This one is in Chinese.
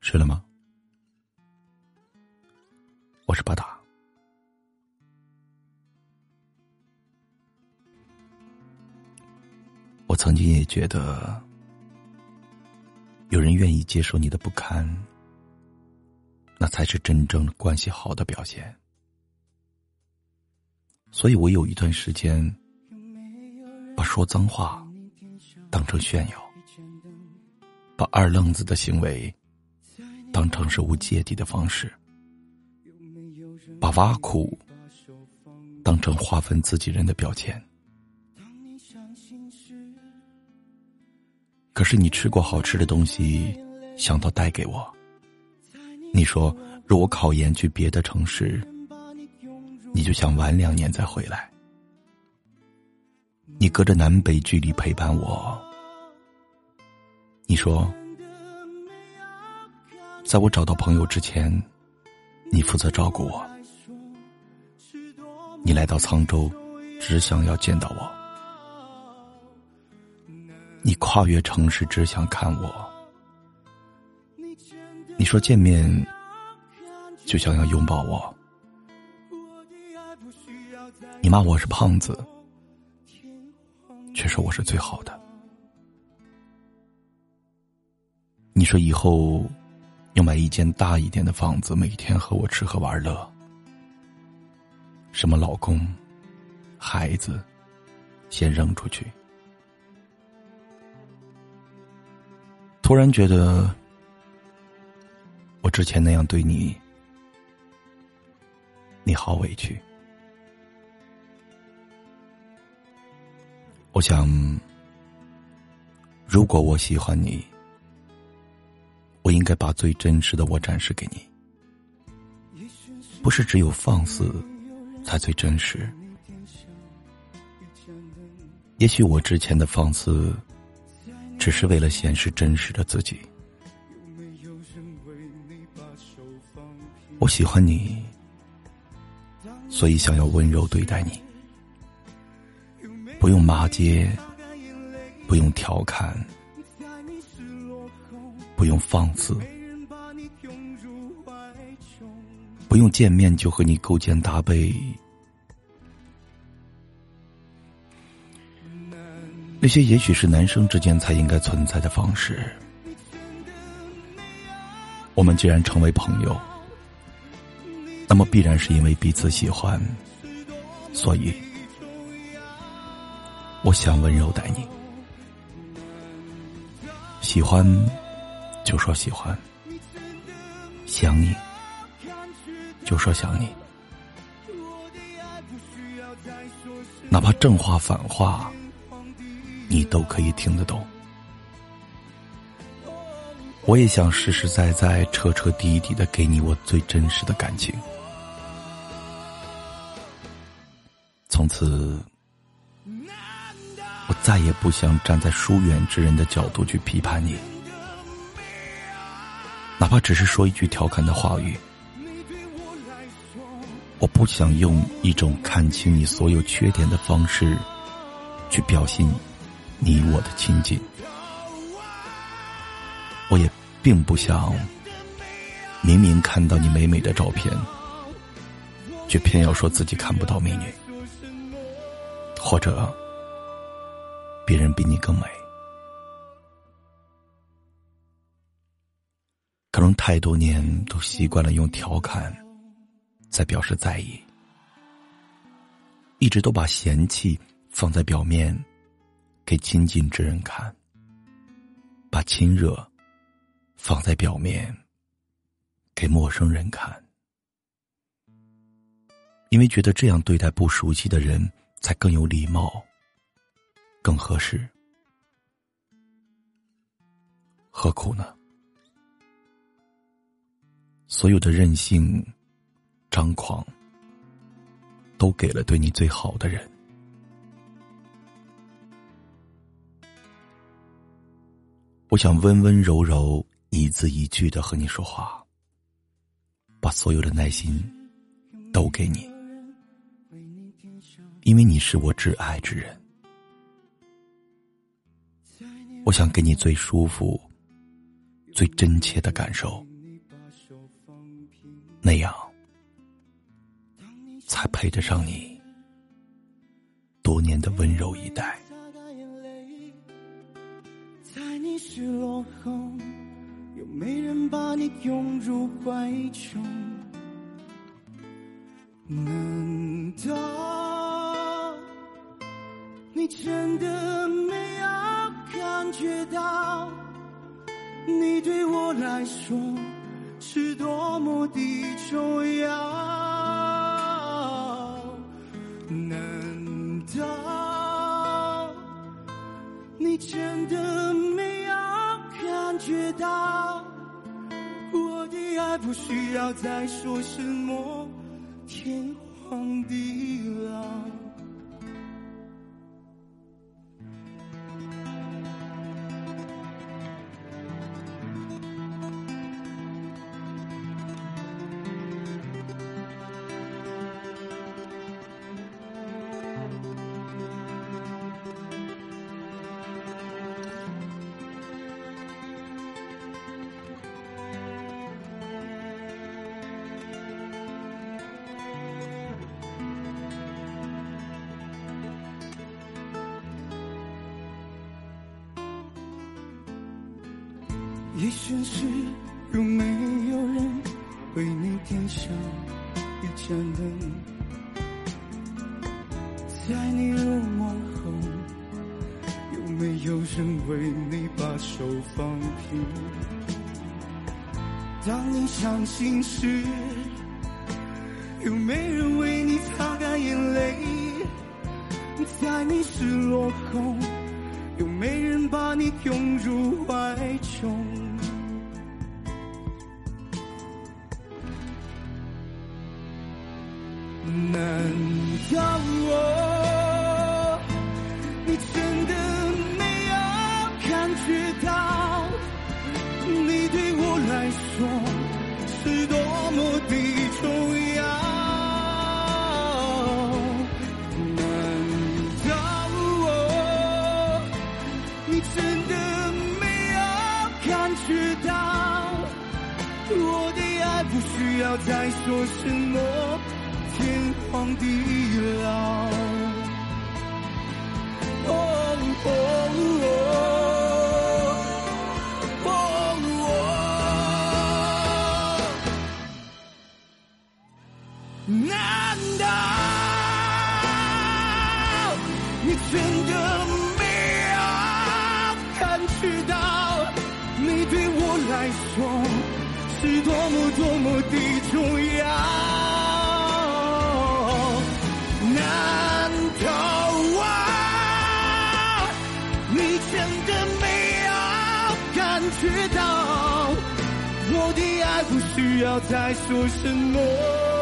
睡了吗？我是巴达。我曾经也觉得，有人愿意接受你的不堪，那才是真正关系好的表现。所以我有一段时间，把说脏话当成炫耀，把二愣子的行为当成是无芥蒂的方式，把挖苦当成划分自己人的标签。可是你吃过好吃的东西，想到带给我，你说如果考研去别的城市，你就想晚2年再回来。你隔着南北距离陪伴我，你说在我找到朋友之前，你负责照顾我。你来到沧州，只想要见到我。你跨越城市，只想看我。你说见面就想要拥抱我。你骂我是胖子，却说我是最好的。你说以后要买一间大一点的房子，每天和我吃喝玩乐。什么老公、孩子，先扔出去。突然觉得，我之前那样对你，你好委屈。我想，如果我喜欢你，我应该把最真实的我展示给你。不是只有放肆才最真实。也许我之前的放肆只是为了显示真实的自己。我喜欢你，所以想要温柔对待你，不用骂街，不用调侃，不用放肆，不用见面就和你勾肩搭背。那些也许是男生之间才应该存在的方式。我们既然成为朋友，那么必然是因为彼此喜欢，所以我想温柔待你。喜欢就说喜欢，想你就说想你，哪怕正话反话你都可以听得懂。我也想实实在在彻彻底底的给你我最真实的感情。从此我再也不想站在疏远之人的角度去批判你，哪怕只是说一句调侃的话语。我不想用一种看清你所有缺点的方式去表现你我的亲近。我也并不想明明看到你美美的照片，却偏要说自己看不到美女，或者别人比你更美。可能太多年都习惯了用调侃在表示在意，一直都把嫌弃放在表面给亲近之人看，把亲热放在表面给陌生人看，因为觉得这样对待不熟悉的人才更有礼貌，更合适。何苦呢？所有的任性、张狂，都给了对你最好的人。我想温温柔柔，一字一句的和你说话，把所有的耐心都给你，因为你是我挚爱之人。我想给你最舒服、最真切的感受， 那样才配得上你多年的温柔以待。 在你失落后，有没人把你拥入怀中？难道你真的没有感觉到，你对我来说是多么的重要？难道你真的没有感觉到，我的爱不需要再说什么天荒地老？一瞬时，有没有人为你点上一盏灯？在你落寞后，有没有人为你把手放平？当你伤心时，有没人为你擦干眼泪？在你失落后，有没人把你拥入怀中？难道你真的没有感觉到，你对我来说是多么的重要？难道你真的没有感觉到，我的爱不需要再说什么天荒地老？哦哦哦哦难道你真的没有感觉到，你对我来说是多么多么的重要？难道你真的没有感觉到，我的爱不需要再说什么